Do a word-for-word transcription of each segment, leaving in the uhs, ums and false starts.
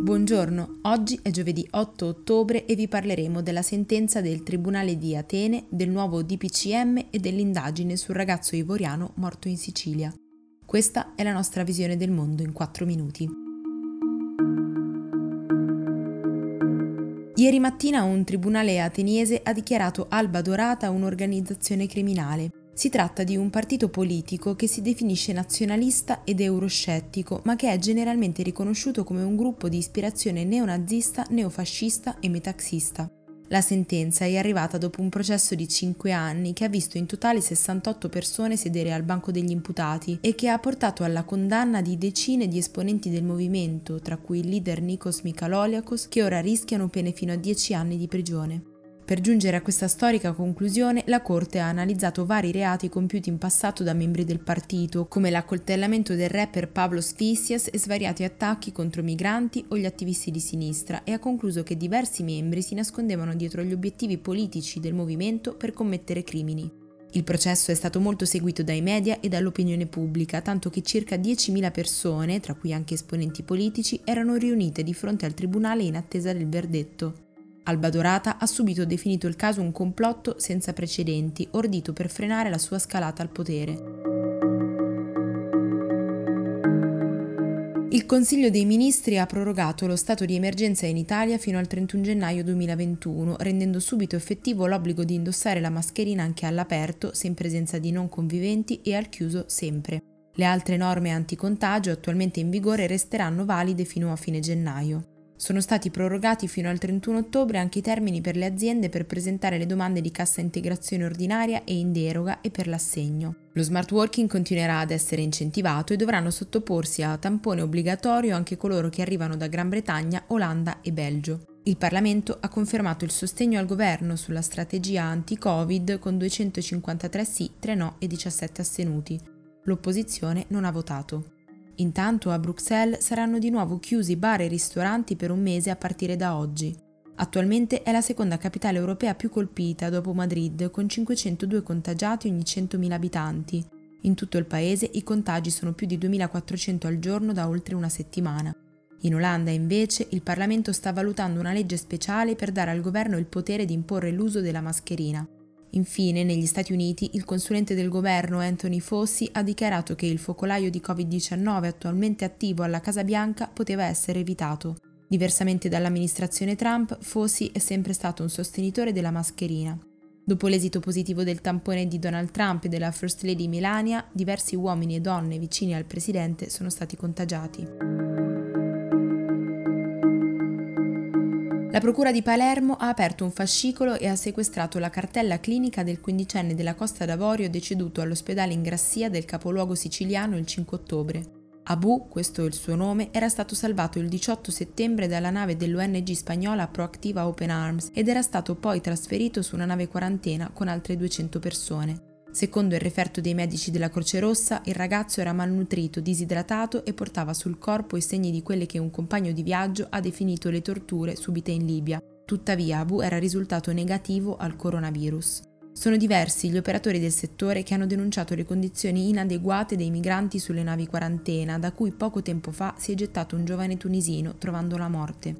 Buongiorno, oggi è giovedì otto ottobre e vi parleremo della sentenza del Tribunale di Atene, del nuovo D P C M e dell'indagine sul ragazzo ivoriano morto in Sicilia. Questa è la nostra visione del mondo in quattro minuti. Ieri mattina un tribunale ateniese ha dichiarato Alba Dorata un'organizzazione criminale. Si tratta di un partito politico che si definisce nazionalista ed euroscettico, ma che è generalmente riconosciuto come un gruppo di ispirazione neonazista, neofascista e metaxista. La sentenza è arrivata dopo un processo di cinque anni che ha visto in totale sessantotto persone sedere al banco degli imputati e che ha portato alla condanna di decine di esponenti del movimento, tra cui il leader Nikos Michaloliakos, che ora rischiano pene fino a dieci anni di prigione. Per giungere a questa storica conclusione, la Corte ha analizzato vari reati compiuti in passato da membri del partito, come l'accoltellamento del rapper Pavlos Fyssias e svariati attacchi contro migranti o gli attivisti di sinistra, e ha concluso che diversi membri si nascondevano dietro gli obiettivi politici del movimento per commettere crimini. Il processo è stato molto seguito dai media e dall'opinione pubblica, tanto che circa diecimila persone, tra cui anche esponenti politici, erano riunite di fronte al tribunale in attesa del verdetto. Alba Dorata ha subito definito il caso un complotto senza precedenti, ordito per frenare la sua scalata al potere. Il Consiglio dei Ministri ha prorogato lo stato di emergenza in Italia fino al trentuno gennaio duemilaventuno, rendendo subito effettivo l'obbligo di indossare la mascherina anche all'aperto, se in presenza di non conviventi, e al chiuso sempre. Le altre norme anticontagio attualmente in vigore resteranno valide fino a fine gennaio. Sono stati prorogati fino al trentuno ottobre anche i termini per le aziende per presentare le domande di cassa integrazione ordinaria e in deroga e per l'assegno. Lo smart working continuerà ad essere incentivato e dovranno sottoporsi a tampone obbligatorio anche coloro che arrivano da Gran Bretagna, Olanda e Belgio. Il Parlamento ha confermato il sostegno al governo sulla strategia anti-Covid con duecentocinquantatré sì, tre no e diciassette astenuti. L'opposizione non ha votato. Intanto a Bruxelles saranno di nuovo chiusi bar e ristoranti per un mese a partire da oggi. Attualmente è la seconda capitale europea più colpita dopo Madrid, con cinquecentodue contagiati ogni centomila abitanti. In tutto il paese i contagi sono più di duemilaquattrocento al giorno da oltre una settimana. In Olanda, invece, il Parlamento sta valutando una legge speciale per dare al governo il potere di imporre l'uso della mascherina. Infine, negli Stati Uniti, il consulente del governo Anthony Fauci ha dichiarato che il focolaio di covid diciannove attualmente attivo alla Casa Bianca poteva essere evitato. Diversamente dall'amministrazione Trump, Fauci è sempre stato un sostenitore della mascherina. Dopo l'esito positivo del tampone di Donald Trump e della First Lady Melania, diversi uomini e donne vicini al presidente sono stati contagiati. La Procura di Palermo ha aperto un fascicolo e ha sequestrato la cartella clinica del quindicenne della Costa d'Avorio deceduto all'ospedale in Grassia del capoluogo siciliano il cinque ottobre. Abu, questo è il suo nome, era stato salvato il diciotto settembre dalla nave dell'O N G spagnola Proactiva Open Arms ed era stato poi trasferito su una nave quarantena con altre duecento persone. Secondo il referto dei medici della Croce Rossa, il ragazzo era malnutrito, disidratato e portava sul corpo i segni di quelle che un compagno di viaggio ha definito le torture subite in Libia. Tuttavia Abu era risultato negativo al coronavirus. Sono diversi gli operatori del settore che hanno denunciato le condizioni inadeguate dei migranti sulle navi quarantena, da cui poco tempo fa si è gettato un giovane tunisino trovando la morte.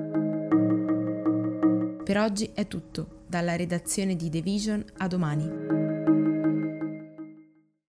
Per oggi è tutto. Dalla redazione di The Vision, a domani.